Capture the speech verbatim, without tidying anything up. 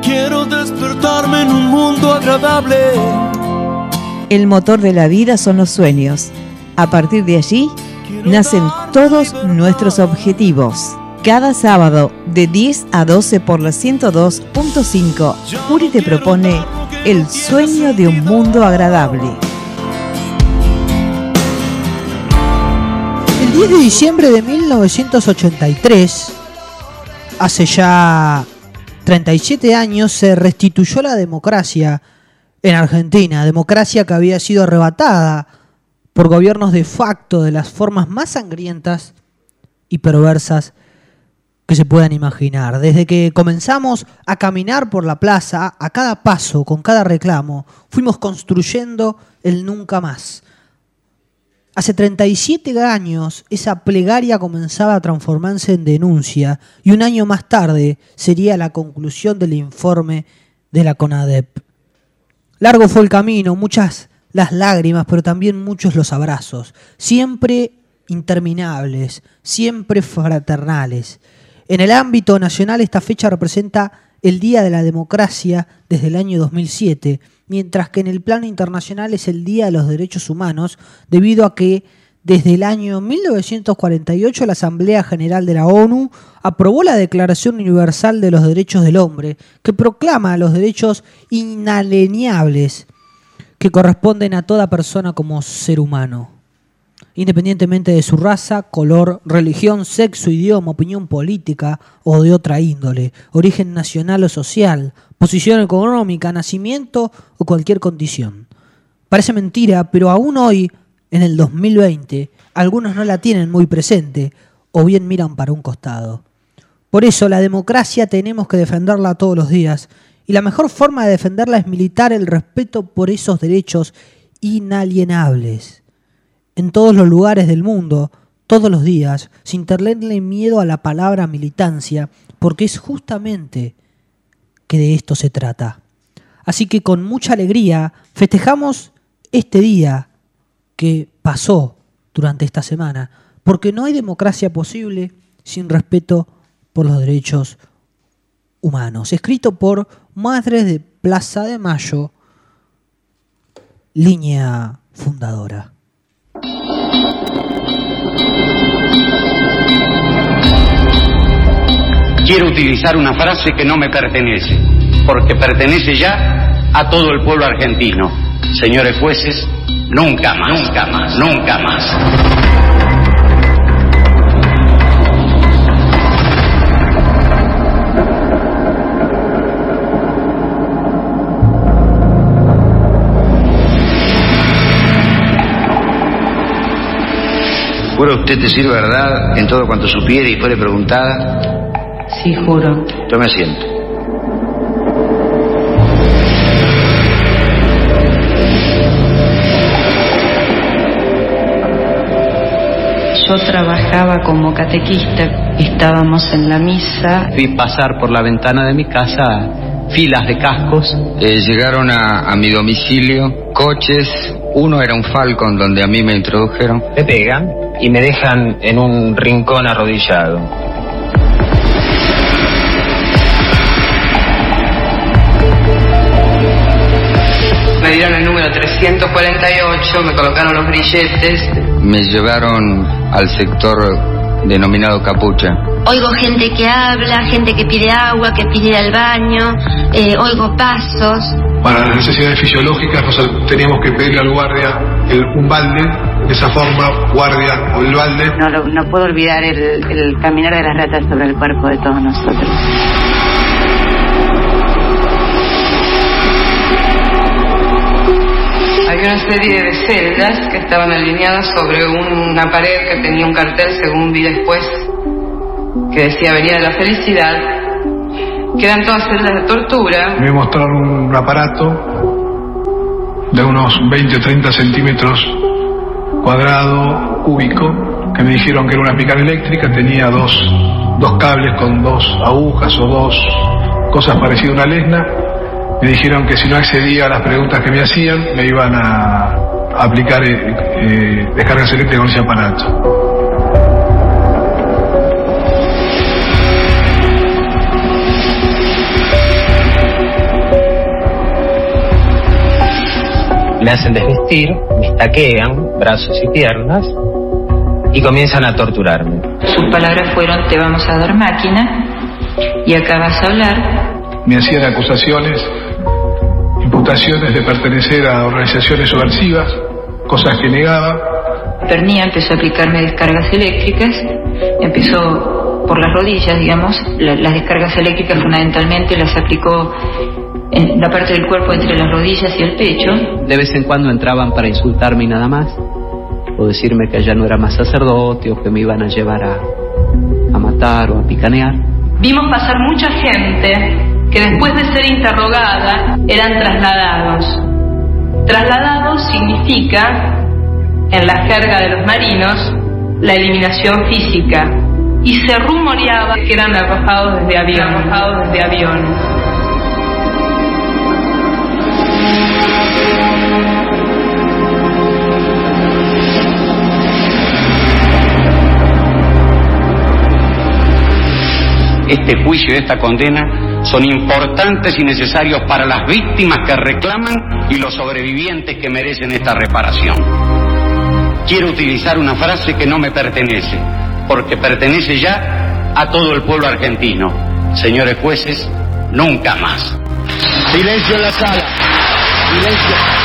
Quiero despertarme en un mundo agradable. El motor de la vida son los sueños. A partir de allí nacen todos nuestros objetivos. Cada sábado de diez a doce por la ciento dos punto cinco, Uri te propone el sueño de un mundo agradable. El diez de diciembre de mil novecientos ochenta y tres, hace ya treinta y siete años, se restituyó la democracia en Argentina, democracia que había sido arrebatada por gobiernos de facto de las formas más sangrientas y perversas que se puedan imaginar. Desde que comenzamos a caminar por la plaza, a cada paso, con cada reclamo, fuimos construyendo el nunca más. Hace treinta y siete años esa plegaria comenzaba a transformarse en denuncia y un año más tarde sería la conclusión del informe de la CONADEP. Largo fue el camino, muchas las lágrimas, pero también muchos los abrazos, siempre interminables, siempre fraternales. En el ámbito nacional esta fecha representa el Día de la Democracia desde el año dos mil siete, mientras que en el plano internacional es el Día de los Derechos Humanos, debido a que desde el año mil novecientos cuarenta y ocho la Asamblea General de la ONU aprobó la Declaración Universal de los Derechos del Hombre, que proclama los derechos inalienables que corresponden a toda persona como ser humano, independientemente de su raza, color, religión, sexo, idioma, opinión política o de otra índole, origen nacional o social, posición económica, nacimiento o cualquier condición. Parece mentira, pero aún hoy, en el dos mil veinte, algunos no la tienen muy presente o bien miran para un costado. Por eso la democracia tenemos que defenderla todos los días, y la mejor forma de defenderla es militar el respeto por esos derechos inalienables. En todos los lugares del mundo, todos los días, sin tenerle miedo a la palabra militancia, porque es justamente que de esto se trata. Así que con mucha alegría festejamos este día que pasó durante esta semana, porque no hay democracia posible sin respeto por los derechos humanos. Escrito por Madres de Plaza de Mayo, línea fundadora. Quiero utilizar una frase que no me pertenece, porque pertenece ya a todo el pueblo argentino. Señores jueces, nunca más, nunca más, nunca más. ¿Jura usted decir verdad en todo cuanto supiere y fuere preguntada? Sí, juro. Tome asiento. Yo trabajaba como catequista, estábamos en la misa. Vi pasar por la ventana de mi casa filas de cascos. Eh, llegaron a, a mi domicilio coches, uno era un Falcon donde a mí me introdujeron. Me pegan y me dejan en un rincón arrodillado. Me dieron el número trescientos cuarenta y ocho, me colocaron los grilletes. Me llevaron al sector denominado Capucha. Oigo gente que habla, gente que pide agua, que pide ir al baño, eh, oigo pasos. Para las necesidades fisiológicas nosotros teníamos que pedirle al guardia el, un balde, de esa forma, guardia o el balde. No, lo, no puedo olvidar el, el caminar de las ratas sobre el cuerpo de todos nosotros. Había una serie de celdas que estaban alineadas sobre una pared que tenía un cartel, según vi después, que decía Avenida de la Felicidad, que eran todas celdas de tortura. Me mostraron un aparato de unos veinte o treinta centímetros cuadrado, cúbico, que me dijeron que era una picana eléctrica, tenía dos, dos cables con dos agujas o dos cosas parecidas a una lesna. Me dijeron que si no accedía a las preguntas que me hacían, me iban a aplicar eh, eh, descargas eléctricas con ese aparato. Me hacen desvestir, me estaquean brazos y piernas y comienzan a torturarme. Sus palabras fueron: te vamos a dar máquina y acá vas a hablar. Me hacían acusaciones, imputaciones de pertenecer a organizaciones subversivas, cosas que negaba. Pernía empezó a aplicarme descargas eléctricas, empezó por las rodillas, digamos. La, las descargas eléctricas fundamentalmente las aplicó en la parte del cuerpo entre las rodillas y el pecho. De vez en cuando entraban para insultarme y nada más, o decirme que ya no era más sacerdote, o que me iban a llevar a, a matar o a picanear. Vimos pasar mucha gente que después de ser interrogada eran trasladados. Trasladados significa, en la jerga de los marinos, la eliminación física, y se rumoreaba que eran arrojados desde avión, arrojados desde avión. Este juicio y esta condena son importantes y necesarios para las víctimas que reclaman y los sobrevivientes que merecen esta reparación. Quiero utilizar una frase que no me pertenece, porque pertenece ya a todo el pueblo argentino. Señores jueces, nunca más. Silencio en la sala. Silencio.